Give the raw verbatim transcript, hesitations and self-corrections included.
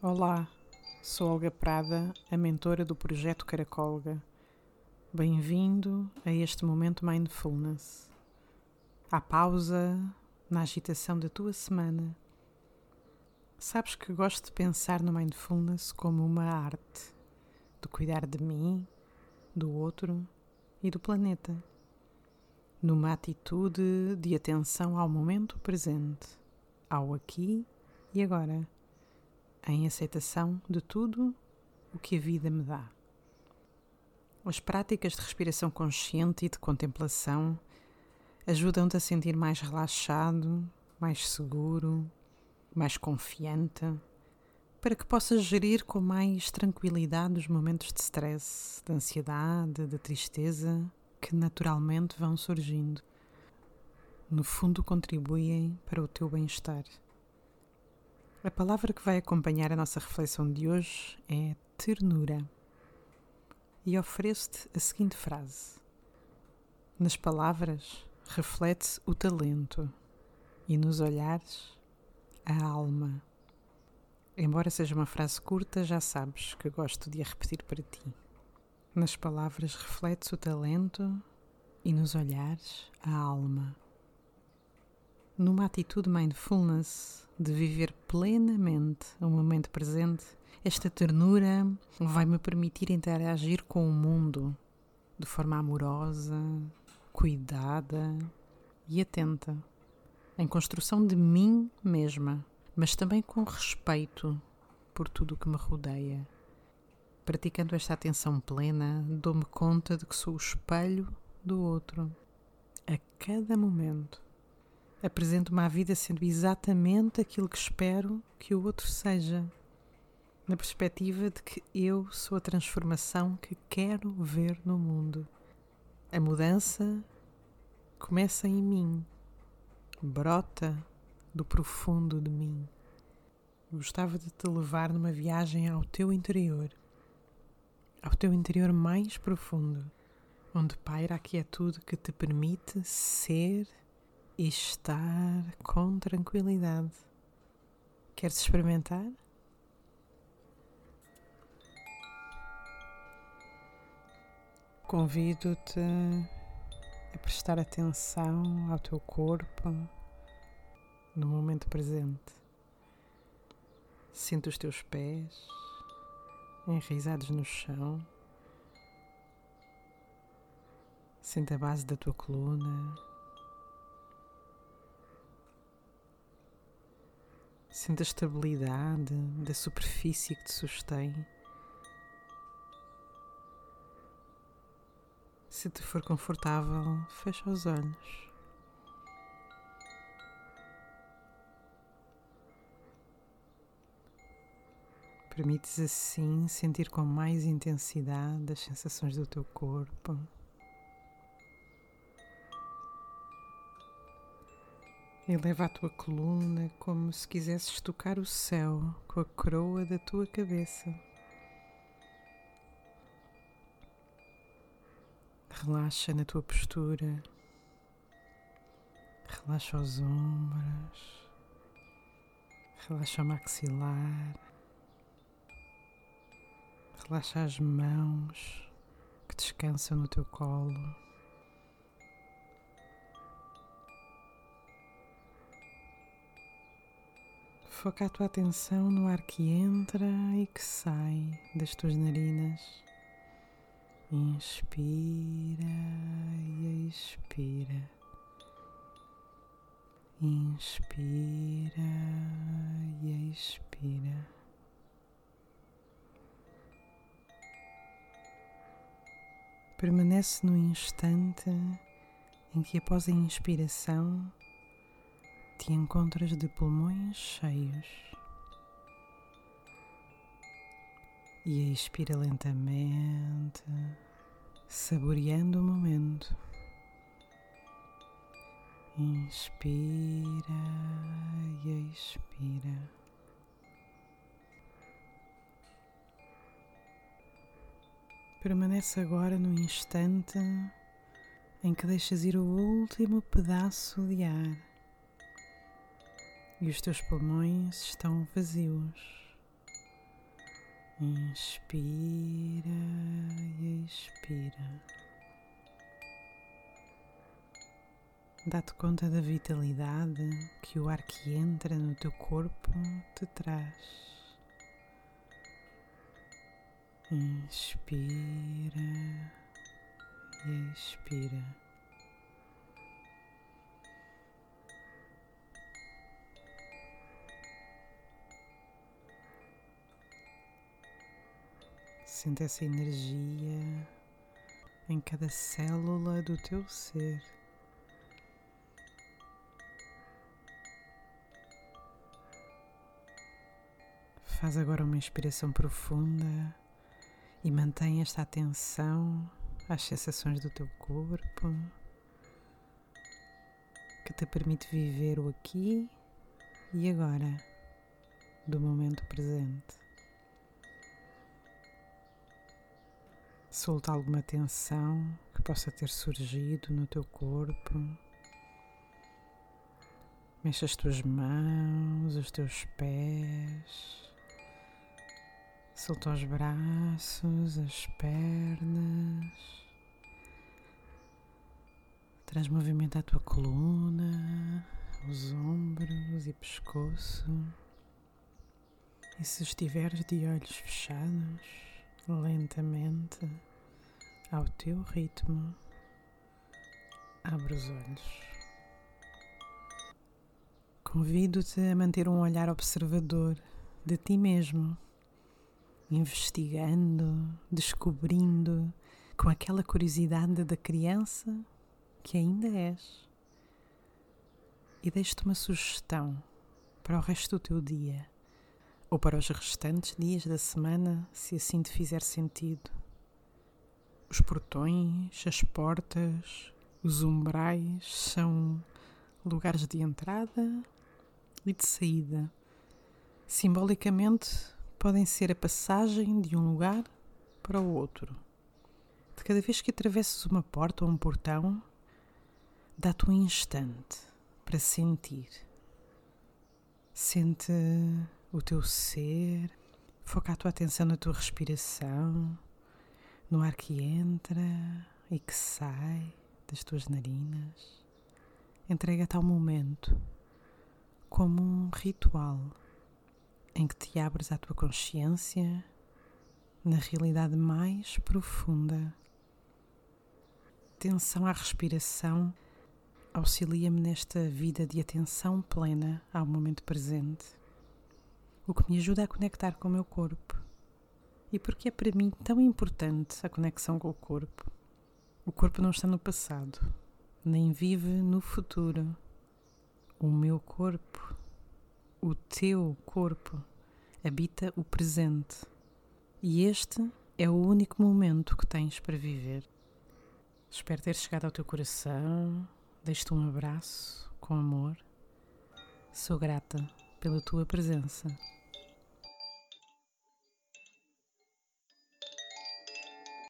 Olá, sou Olga Prada, a mentora do Projeto Caracolga. Bem-vindo a este momento Mindfulness. À pausa, na agitação da tua semana. Sabes que gosto de pensar no Mindfulness como uma arte, de cuidar de mim, do outro e do planeta, numa atitude de atenção ao momento presente, ao aqui e agora, em aceitação de tudo o que a vida me dá. As práticas de respiração consciente e de contemplação ajudam-te a sentir mais relaxado, mais seguro, mais confiante, para que possas gerir com mais tranquilidade os momentos de stress, de ansiedade, de tristeza que naturalmente vão surgindo. No fundo, contribuem para o teu bem-estar. A palavra que vai acompanhar a nossa reflexão de hoje é ternura. E ofereço-te a seguinte frase: nas palavras reflete-se o talento e nos olhares a alma. Embora seja uma frase curta, já sabes que gosto de a repetir para ti. Nas palavras reflete-se o talento e nos olhares a alma. Numa atitude mindfulness de viver plenamente o momento presente, esta ternura vai-me permitir interagir com o mundo de forma amorosa, cuidada e atenta, em construção de mim mesma, mas também com respeito por tudo o que me rodeia. Praticando esta atenção plena, dou-me conta de que sou o espelho do outro, a cada momento. Apresento-me à vida sendo exatamente aquilo que espero que o outro seja, na perspectiva de que eu sou a transformação que quero ver no mundo. A mudança começa em mim, brota do profundo de mim. Gostava de te levar numa viagem ao teu interior, ao teu interior mais profundo, onde paira a quietude que te permite ser e estar com tranquilidade. Queres experimentar? Convido-te a prestar atenção ao teu corpo no momento presente. Sente os teus pés enraizados no chão. Sente a base da tua coluna. Sente a estabilidade da superfície que te sustém. Se te for confortável, fecha os olhos. Permites assim sentir com mais intensidade as sensações do teu corpo. Eleva a tua coluna como se quisesses tocar o céu com a coroa da tua cabeça. Relaxa na tua postura. Relaxa os ombros. Relaxa o maxilar. Relaxa as mãos que descansam no teu colo. Foca a tua atenção no ar que entra e que sai das tuas narinas. Inspira e expira. Inspira e expira. Permanece no instante em que, após a inspiração, te encontras de pulmões cheios. E expira lentamente, saboreando o momento. Inspira e expira. Permanece agora no instante em que deixas ir o último pedaço de ar e os teus pulmões estão vazios. Inspira e expira. Dá-te conta da vitalidade que o ar que entra no teu corpo te traz. Inspira e expira. Sente essa energia em cada célula do teu ser. Faz agora uma inspiração profunda e mantém esta atenção às sensações do teu corpo, que te permite viver o aqui e agora do momento presente. Solta alguma tensão que possa ter surgido no teu corpo. Mexe as tuas mãos, os teus pés. Solta os braços, as pernas. Traz movimento à tua coluna, os ombros e pescoço. E se estiveres de olhos fechados, lentamente, ao teu ritmo, abre os olhos. Convido-te a manter um olhar observador de ti mesmo, investigando, descobrindo, com aquela curiosidade da criança que ainda és. E deixo-te uma sugestão para o resto do teu dia, ou para os restantes dias da semana, se assim te fizer sentido. Os portões, as portas, os umbrais são lugares de entrada e de saída. Simbolicamente, podem ser a passagem de um lugar para o outro. De cada vez que atravessas uma porta ou um portão, dá-te um instante para sentir. Sente o teu ser, foca a tua atenção na tua respiração, no ar que entra e que sai das tuas narinas. Entrega-te ao momento como um ritual em que te abres à tua consciência na realidade mais profunda. Atenção à respiração auxilia-me nesta vida de atenção plena ao momento presente, o que me ajuda a conectar com o meu corpo. E porque é para mim tão importante a conexão com o corpo? O corpo não está no passado, nem vive no futuro. O meu corpo, o teu corpo, habita o presente. E este é o único momento que tens para viver. Espero ter chegado ao teu coração. Deixo-te um abraço com amor. Sou grata pela tua presença.